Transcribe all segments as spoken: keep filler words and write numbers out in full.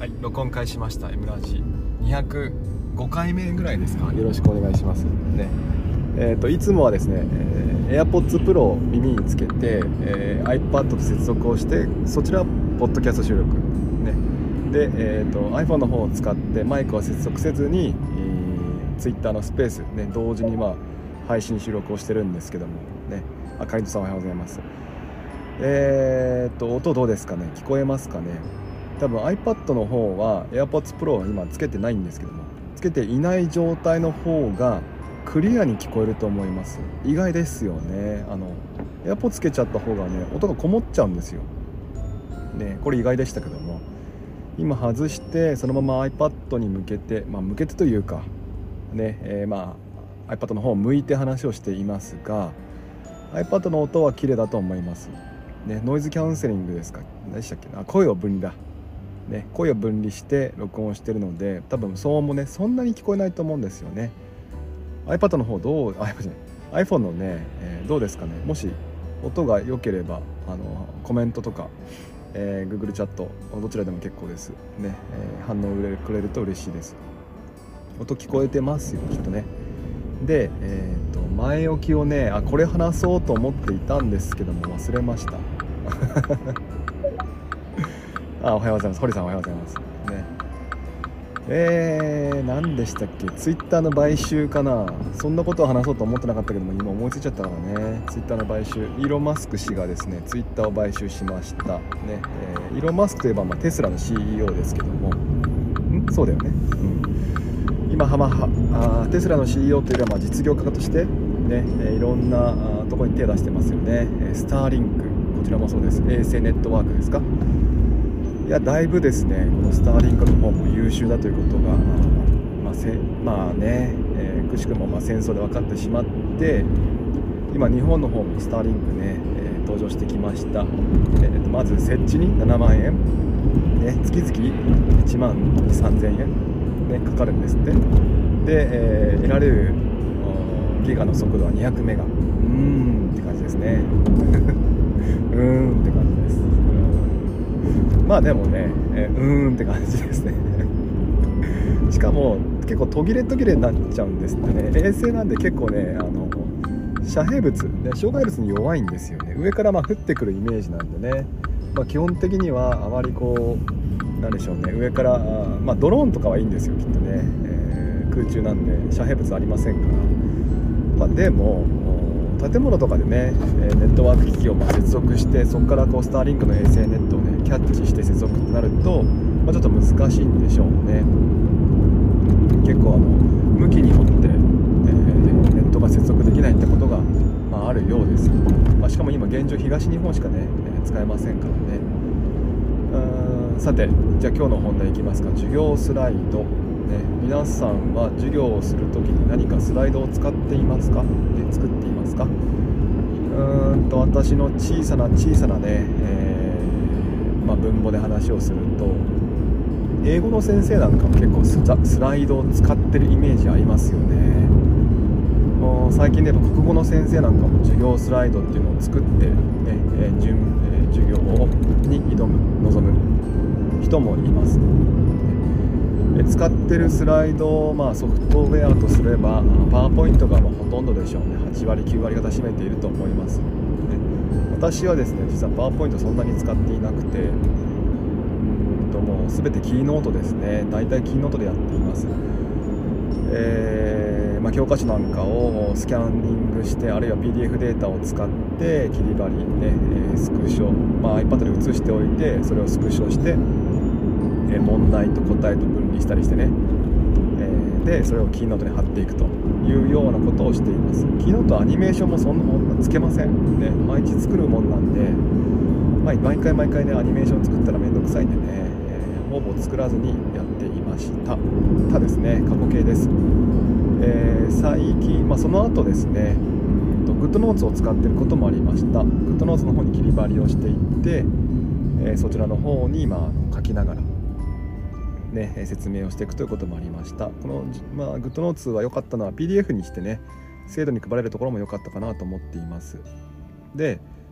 はい、録音開始しました。 M ラジにひゃくごかいめぐらいですか。よろしくお願いしますね。えー、といつもはですね、えー、AirPods Pro を耳につけて、えー、iPad と接続をして、そちらはポッドキャスト収録、ね、で、えー、と iPhone の方を使ってマイクは接続せずに、えー、Twitter のスペース、ね、同時に、まあ、配信収録をしてるんですけどもね。あかりんとさんおはようございます。えー、と音どうですかね。聞こえますかね。多分 iPad の方は AirPods Pro は今つけてないんですけども、つけていない状態の方がクリアに聞こえると思います。意外ですよね。あの AirPods つけちゃった方がね、音がこもっちゃうんですよね。これ意外でしたけども、今外してそのまま iPad に向けて、まあ向けてというかね、えー、まあ iPad の方を向いて話をしていますが、 iPad の音は綺麗だと思いますね。ノイズキャンセリングですか、何でしたっけな、声を分離だね、声を分離して録音してるので、多分騒音もねそんなに聞こえないと思うんですよね。 iPad の方どう iPad じゃない iPhone のね、えー、どうですかね。もし音が良ければあのコメントとか、えー、Google チャットどちらでも結構ですね、えー、反応をくれると嬉しいです。音聞こえてますよきっとね。で、えー、と前置きをね、あこれ話そうと思っていたんですけども忘れましたあおはようございます。堀さんおはようございますね。えー、何でしたっけ。ツイッターの買収かな。そんなことを話そうと思ってなかったけども、今思いついちゃったからね。ツイッターの買収、イーロン・マスク氏がですねツイッターを買収しましたね。えー、イーロン・マスクといえば、まあ、テスラの シーイーオー ですけども、んそうだよね、うん、今は、まあ、テスラの シーイーオー というよりは、まあ、実業家としてね、えー、いろんなあところに手を出してますよね。スターリンク、こちらもそうです。衛星ネットワークですか。いやだいぶですね、このスターリンクの方も優秀だということが、まあせまあね、えー、くしくもまあ戦争で分かってしまって、今日本の方もスターリンクね、えー、登場してきました。えー、とまず設置にななまんえん、ね、月々いちまんさんぜんえん、ね、かかるんですって。で、えー、得られるギガの速度はにひゃくメガ。うーんって感じですねうーんって感じです。まあでもね、えー、うーんって感じですねしかも結構途切れ途切れになっちゃうんですってね。衛星なんで結構ね、あの遮蔽物、ね、障害物に弱いんですよね。上からまあ降ってくるイメージなんでね、まあ、基本的にはあまりこうなんでしょうね、上からまあドローンとかはいいんですよきっとね、えー、空中なんで遮蔽物ありませんから。まあ、でも建物とかでね、ネットワーク機器をまあ接続して、そこからこうスターリンクの衛星ネットをねキャッチして接続ってなると、まあ、ちょっと難しいんでしょうね。結構あの向きによって、えー、ネットが接続できないってことが、まあ、あるようです。まあ、しかも今現状東日本しかね、えー、使えませんからね。うーんさて、じゃあ今日の本題いきますか。授業スライド、ね、皆さんは授業をするときに何かスライドを使っていますか、ね、作っていますか。うーんと私の小さな小さなね、えーまあ、文法で話をすると、英語の先生なんかも結構 ス, スライドを使ってるイメージありますよね。もう最近で言えば国語の先生なんかも授業スライドっていうのを作って、ねえー準えー、授業に挑む臨む人もいます。使ってるスライド、まあ、ソフトウェアとすればパワーポイントがまあほとんどでしょうね。はちわりきゅうわり方占めていると思います、ね、私はですね実はパワーポイントそんなに使っていなくて、うんともう全てキーノートですね。大体キーノートでやっています。えーまあ、教科書なんかをスキャンニングして、あるいは ピーディーエフ データを使って切り張り、ねえー、スクショ、まあ、iPad で写しておいて、それをスクショして問題と答えと分離したりしてね、えー、でそれをキーノートに貼っていくというようなことをしています。キーノートアニメーションもそんなもんつけませんね。毎日作るもんなんで、まあ、毎回毎回ねアニメーション作ったらめんどくさいんでね、えー、ほぼ作らずにやっていました。たですね過去形です。えー、最近、まあ、その後ですね、うんと GoodNotes を使っていることもありました。 GoodNotes の方に切り張りをしていって、えー、そちらの方に、まあ、書きながらね、説明をしていくということもありました。この、まあ、GoodNotes は良かったのは ピーディーエフ にしてね精度に配れるところも良かったかなと思っています。で、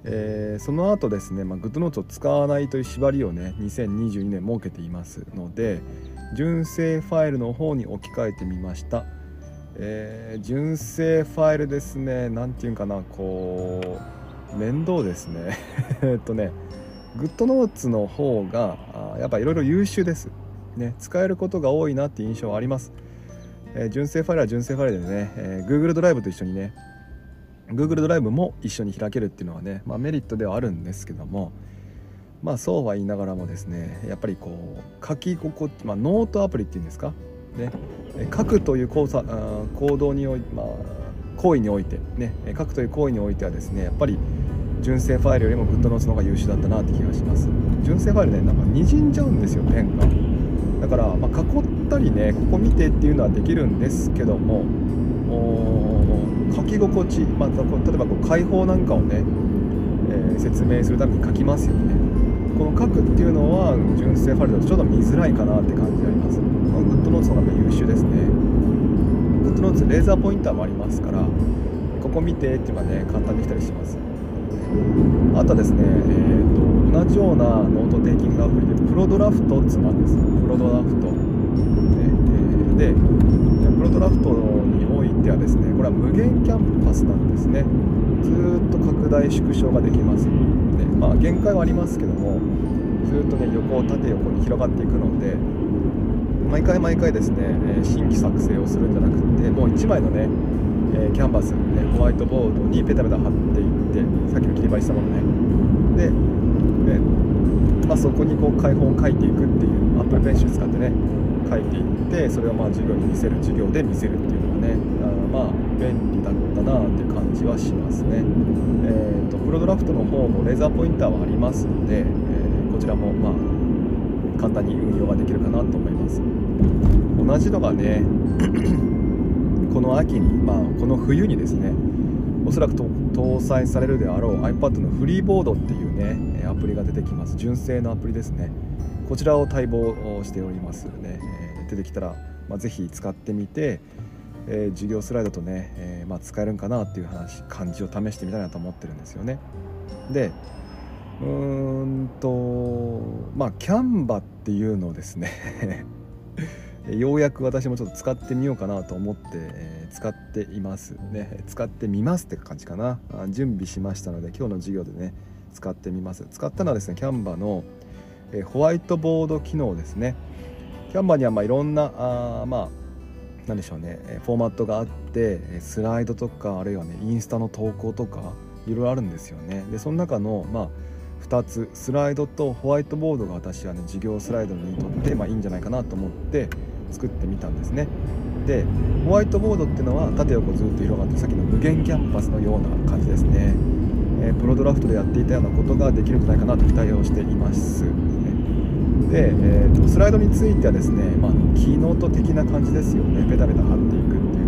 えー、その後ですね、まあ、GoodNotes を使わないという縛りをねにせんにじゅうにねん設けていますので、純正ファイルの方に置き換えてみました。えー、純正ファイルですね、なんていうかな、こう面倒ですねえっとね GoodNotes の方がやっぱいろいろ優秀ですね。使えることが多いなっていう印象はあります。えー、純正ファイルは純正ファイルでね、えー、Google ドライブと一緒にね Google ドライブも一緒に開けるっていうのはね、まあ、メリットではあるんですけども、まあそうは言いながらもですね、やっぱりこう書き心地、まあ、ノートアプリっていうんですかね、書くという行作行動におい、まあ、行為においてね、書くという行為においてはですね、やっぱり純正ファイルよりも GoodNotes の方が優秀だったなって気がします。純正ファイルね、なんかにじんじゃうんですよ、ペンが。だから、まあ、囲ったりね、ここ見てっていうのはできるんですけども、書き心地、まあ、例えばこう解放なんかをね、えー、説明するために書きますよね。この書くっていうのは純正ファイルだとちょっと見づらいかなって感じがあります。GoodNotes の方が優秀ですね。GoodNotes レーザーポインターもありますから、ここ見てっていうのがね簡単にできたりします。あとはですね、えー、と同じようなノートテイキングアプリでプロドラフトっていうのがあるんです。プロドラフトで、でプロドラフトにおいてはですね、これは無限キャンパスなんですね。ずーっと拡大縮小ができます。で、まあ限界はありますけども、ずーっとね横縦横に広がっていくので、毎回毎回ですね、新規作成をするんじゃなくて、もういちまいのねキャンバス、ね、ホワイトボードにペタペタ貼っていって、さっきの切り貼りしたものねで、で、まあ、そこにこう開本を書いていくっていう、アップルペンシル使ってね書いていって、それをまあ授業に見せる、授業で見せるっていうのがね、あまあ便利だったなっていう感じはしますね。えーとプロドラフトの方もレーザーポインターはありますので、えー、こちらもまあ簡単に運用ができるかなと思います。同じのがねこの秋に、まあ、この冬にですね、おそらくと搭載されるであろう iPad のフリーボードっていうねアプリが出てきます。純正のアプリですね。こちらを待望しておりますね。えー、出てきたら、まあ、ぜひ使ってみて、えー、授業スライドとね、えーまあ、使えるんかなっていう話感じを試してみたいなと思ってるんですよね。でうーんとまあキャンバっていうのをですねようやく私もちょっと使ってみようかなと思って、えー、使っていますね。使ってみますって感じかな。準備しましたので今日の授業でね使ってみます。使ったのはですね、キャンバの、えー、ホワイトボード機能ですね。キャンバにはまあいろんなあまあ何でしょうね、フォーマットがあって、スライドとかあるいはねインスタの投稿とかいろいろあるんですよね。でその中のまあふたつ、スライドとホワイトボードが私はね授業スライドにとってまあいいんじゃないかなと思って作ってみたんですね。でホワイトボードっていうのは縦横ずっと広がって、さっきの無限キャンパスのような感じですね。えー、プロドラフトでやっていたようなことができるんじゃないかなと期待をしています、ね。で、えー、とスライドについてはですね、まあ、キーノート的な感じですよね。ペタペタ貼っていくっていう、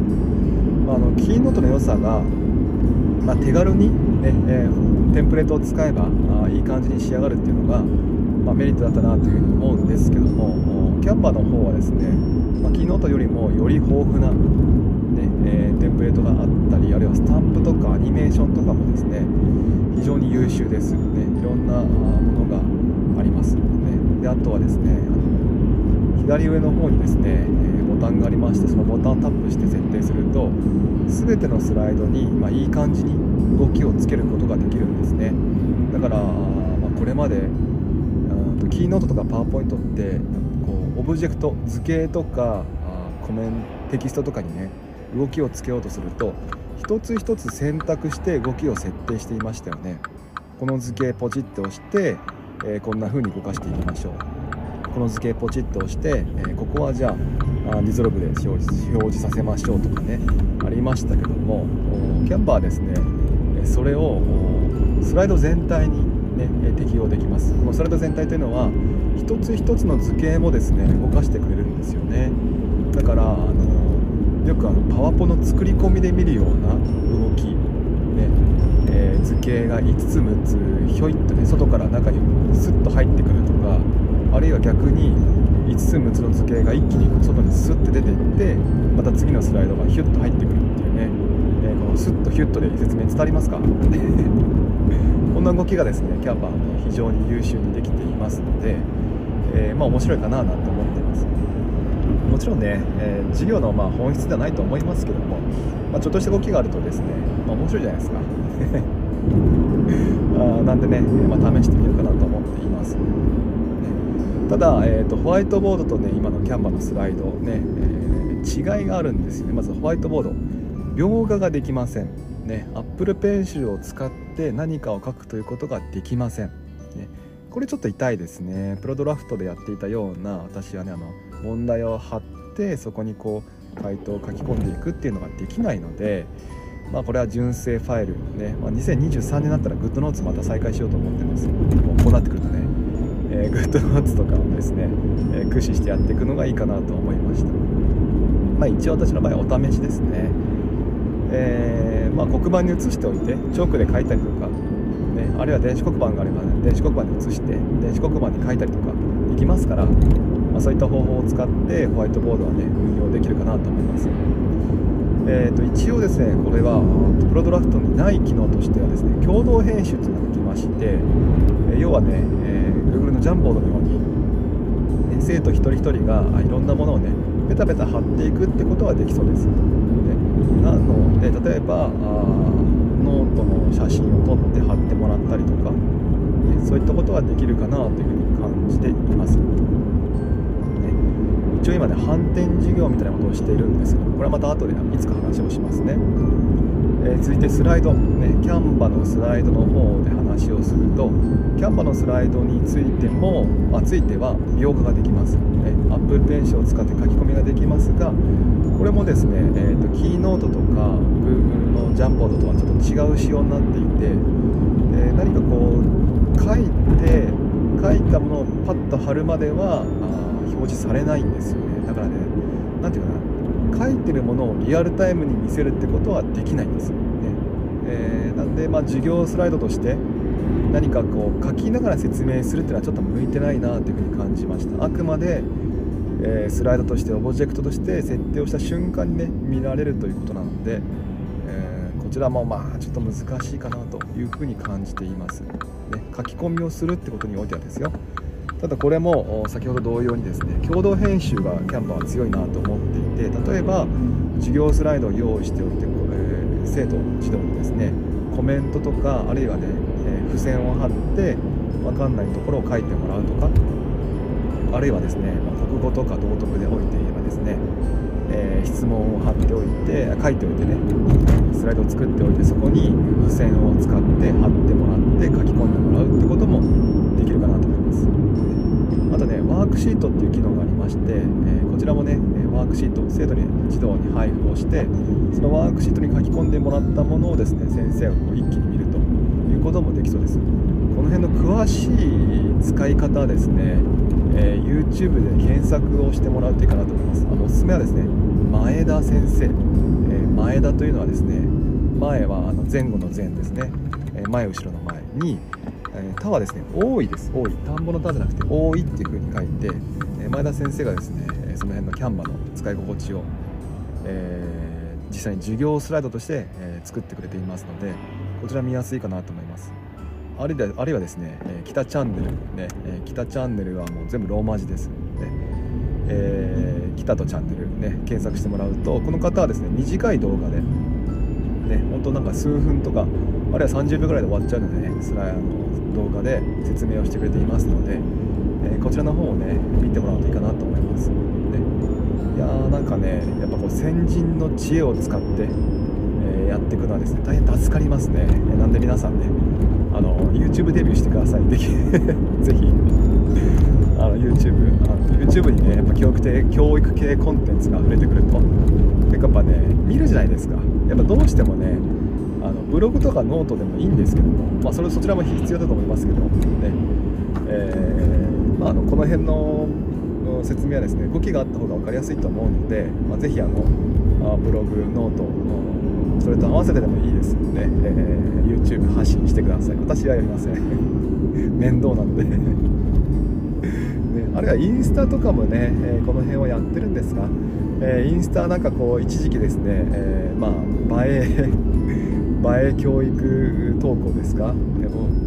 まあ、あのキーノートの良さが、まあ、手軽に、ねえー、テンプレートを使えばあいい感じに仕上がるっていうのが、まあ、メリットだったなというふうに思うんですけども、キャンバの方はですね、まあ、キーノートよりもより豊富な、ねえー、テンプレートがあったり、あるいはスタンプとかアニメーションとかもですね非常に優秀ですね。いろんなものがありますのでね。であとはですね、あの左上の方にですね、えー、ボタンがありまして、そのボタンをタップして設定すると全てのスライドに、まあ、いい感じに動きをつけることができるんですね。だから、まあ、これまでキーノートとかパワーポイントってこうオブジェクト、図形とかあコメンテキストとかにね動きをつけようとすると一つ一つ選択して動きを設定していましたよね。この図形ポチッと押して、えー、こんな風に動かしていきましょう。この図形ポチッと押して、えー、ここはじゃあディゾルブで表示、表示させましょうとかねありましたけども、キャンバーですねそれをスライド全体にね、適用できます。このスライド全体というのは一つ一つの図形もですね動かしてくれるんですよね。だからあのよくあのパワポの作り込みで見るような動き、ねえー、図形がいつつむつひょいっとね外から中にスッと入ってくるとか、あるいは逆にいつつむつの図形が一気に外にスッて出ていってまた次のスライドがヒュッと入ってくるっていうね、えー、このスッとヒュッとで説明伝わりますかこんな動きがですねキャンバー非常に優秀にできていますので、えー、まあ面白いかななんて思っています。もちろんね、えー、事業のまあ本質ではないと思いますけども、まあ、ちょっとした動きがあるとですね、まあ、面白いじゃないですかあなんでね、まあ、試してみようかなと思っています。ただ、えー、とホワイトボードとね今のキャンバーのスライドね、えー、違いがあるんですよね。まずホワイトボード、描画ができませんね。Apple Pencil を使って何かを書くということができません、ね、これちょっと痛いですね。プロドラフトでやっていたような、私はねあの問題を貼ってそこにこう回答を書き込んでいくっていうのができないので、まあこれは純正ファイルね、まあ、にせんにじゅうさんねんになったら GoodNotes また再開しようと思ってます。もうこうなってくるとね、えー、GoodNotes とかをですね、えー、駆使してやっていくのがいいかなと思いました。まあ一応私の場合はお試しですね。えーまあ、黒板に移しておいてチョークで書いたりとか、ね、あるいは電子黒板があれば、ね、電子黒板に移して電子黒板に書いたりとかできますから、まあ、そういった方法を使ってホワイトボードはね運用できるかなと思います。えー、と一応ですねこれはプロドラフトにない機能としてはですね共同編集というのができまして、えー、要はね、えー、Google のジャンボードのように、ね、生徒一人一人がいろんなものをねペタペタ貼っていくってことはできそうです。なので例えばあノートの写真を撮って貼ってもらったりとか、ね、そういったことはできるかなというふうに感じています、ね、一応今ね反転授業みたいなことをしているんですけど、これはまた後でいつか話をしますね。えー、続いてスライド、ね、キャンバのスライドの方で話をすると、キャンバのスライドについても、まあ、ついては描画ができます、ね、Apple Pencil を使って書き込みができますが、これもですね、えーと、キーノートとか Google のジャンボードとはちょっと違う仕様になっていて、えー、何かこう書いて書いたものをパッと貼るまではあ表示されないんですよね。だからね、なんていうかな、書いてるものをリアルタイムに見せるってことはできないんですよね。えー、なんでまあ授業スライドとして何かこう書きながら説明するっていうのはちょっと向いてないなというふうに感じました。あくまでえー、スライドとしてオブジェクトとして設定をした瞬間にね見られるということなので、えー、こちらもまあちょっと難しいかなというふうに感じています、ね、書き込みをするってことにおいてはですよ。ただこれも先ほど同様にですね共同編集がキャンバーは強いなと思っていて、例えば授業スライドを用意しておいて、えー、生徒児童にですねコメントとかあるいはね、えー、付箋を貼って分かんないところを書いてもらうとか、あるいはですね、まあ、国語とか道徳でおいて言えばですね、えー、質問を貼っておいて書いておいてねスライドを作っておいて、そこに付箋を使って貼ってもらって書き込んでもらうってこともできるかなと思います。あとねワークシートっていう機能がありまして、えー、こちらもねワークシート生徒に児童に配布をして、そのワークシートに書き込んでもらったものをですね先生がこう一気に見るということもできそうです。この辺の詳しい使い方はですね、えー、YouTube で検索をしてもらうといいかなと思います。あのおすすめはですね前田先生、えー、前田というのはですね、前はあの前後の前ですね、えー、前後ろの前に、えー、田はですね多いです。多い、田んぼの田じゃなくて多いっていう風に書いて、えー、前田先生がですねその辺のキャンバの使い心地を、えー、実際に授業スライドとして、えー、作ってくれていますので、こちら見やすいかなと思います。あるいは、あるいはですね、えー、北チャンネル、ねえー、北チャンネルはもう全部ローマ字です、ねえー、北とチャンネル、ね、検索してもらうと、この方はですね短い動画で、ね、本当なんか数分とかあるいはさんじゅうびょうぐらいで終わっちゃうので、ね、スライドの動画で説明をしてくれていますので、えー、こちらの方をね見てもらうといいかなと思います、ね、いやーなんかねやっぱこう先人の知恵を使って、えー、やっていくのはですね大変助かりますね。なんで皆さんねあの YouTube デビューしてください。ぜひぜひあの YouTube, あの YouTube にねやっぱ教育系教育系コンテンツが溢れてくると結構やっぱね見るじゃないですか。やっぱどうしてもねあのブログとかノートでもいいんですけども、まあ、それそちらも必要だと思いますけどね、えーまあ、あのこの辺の説明はですね動きがあった方が分かりやすいと思うので、まあ、ぜひあのブログノートそれと合わせてでもいいですので、えー、YouTube 発信してください。私はやりません面倒なんでね、あるいはインスタとかもね、えー、この辺はやってるんですが、えー、インスタなんかこう一時期ですね、えー、まあ映え映え教育投稿ですか、でも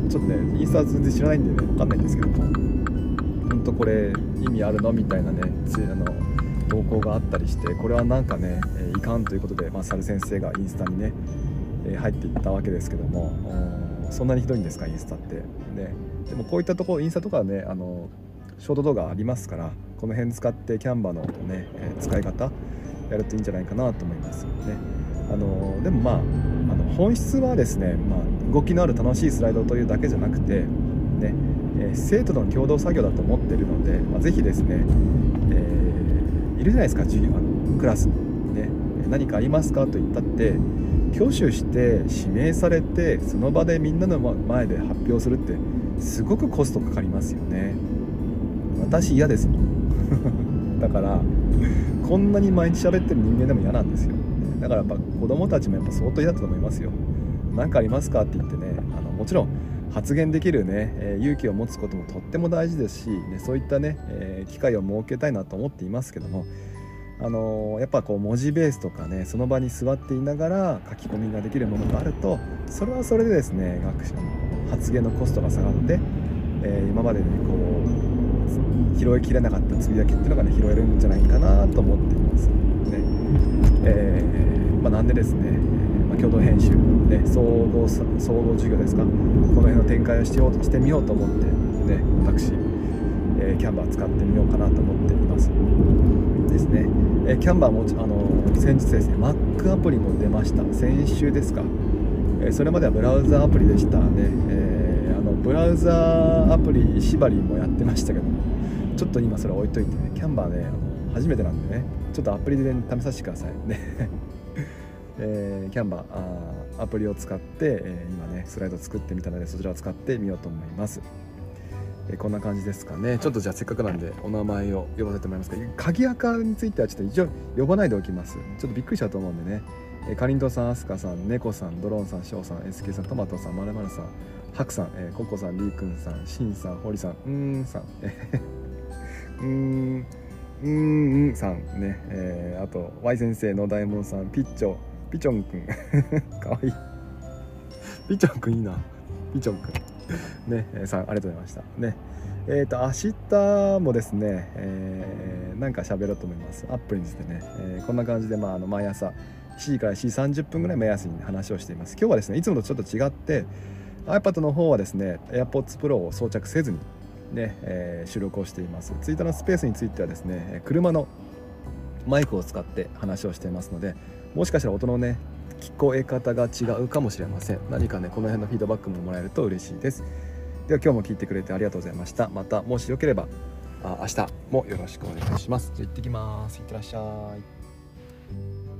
ちょっとねインスタ全然知らないんでね分かんないんですけども、本当これ意味あるのみたいなねつあの投稿があったりして、これはなんかね、えー、いかんということで、まあ、猿先生がインスタにね、えー、入っていったわけですけども、そんなにひどいんですかインスタってね。でもこういったところインスタとかねあのショート動画ありますから、この辺使ってキャンバーのね、えー、使い方やるといいんじゃないかなと思いますね。あのでもまあ、あの本質はですね、まあ、動きのある楽しいスライドというだけじゃなくて、ねえー、生徒の共同作業だと思っているので、まあ、ぜひですね、えー、いるじゃないですか授業あのクラスにね、何かありますかと言ったって挙手して指名されてその場でみんなの前で発表するってすごくコストかかりますよね。私嫌ですもんだからこんなに毎日喋ってる人間でも嫌なんですよ。だからやっぱ子供たちもやっぱ相当嫌だと思いますよ。何かありますかって言ってね、あのもちろん発言できるね、えー、勇気を持つこともとっても大事ですし、ね、そういったね、えー、機会を設けたいなと思っていますけども、あのー、やっぱこう文字ベースとかねその場に座っていながら書き込みができるものがあると、それはそれでですね学習の発言のコストが下がって、えー、今までにこう拾いきれなかったつぶやきっていうのがね拾えるんじゃないかなと思っていますね。えーまあ、なんでですね、まあ、共同編集、ね、総合総合授業ですか、この辺の展開をしようとしてみようと思ってね、私、えー、キャンバー使ってみようかなと思っていますですね。えー、キャンバーもあの先日ですね Mac アプリも出ました。先週ですか、えー、それまではブラウザアプリでしたね。えー、あのブラウザアプリ縛りもやってましたけども、ちょっと今それ置いといてね、キャンバーねあの初めてなんでね、ちょっとアプリで、ね、試させてくださいね、えー、キャンバーあーアプリを使って、えー、今ねスライドを作ってみたので、そちらを使ってみようと思います。えー、こんな感じですかね。ちょっとじゃあせっかくなんでお名前を呼ばせてもらいますけど、鍵垢についてはちょっと一応呼ばないでおきます。ちょっとびっくりしちゃうと思うんでね、えー、かりんとうさん、あすかさん、ねこさん、ドローンさん、しょうさん、エスケー さん、トマトさん、まるまるさん、はくさん、えー、ココさん、りーくんさん、しんさん、ほりさん、うーんさん、うーんうーんさんね、えー、あと Y 先生の大門さん、ピッチョピチョンくんかわいいピチョンくんいいな、ピチョンくんね、えー、さんありがとうございましたね。えーと明日もですね、えー、なんか喋ろうと思います。アップについてね、えー、こんな感じで、まあ、あの毎朝しちじからしちじさんじゅっぷんぐらい目安に話をしています。今日はですねいつもとちょっと違って iPad の方はですね AirPods Pro を装着せずにね、えー、収録をしています。ツイッターのスペースについてはですね車のマイクを使って話をしていますので、もしかしたら音のね聞こえ方が違うかもしれません。何かねこの辺のフィードバックももらえると嬉しいです。では今日も聞いてくれてありがとうございました。またもしよければあ明日もよろしくお願いします。じゃあ行ってきます。いってらっしゃい。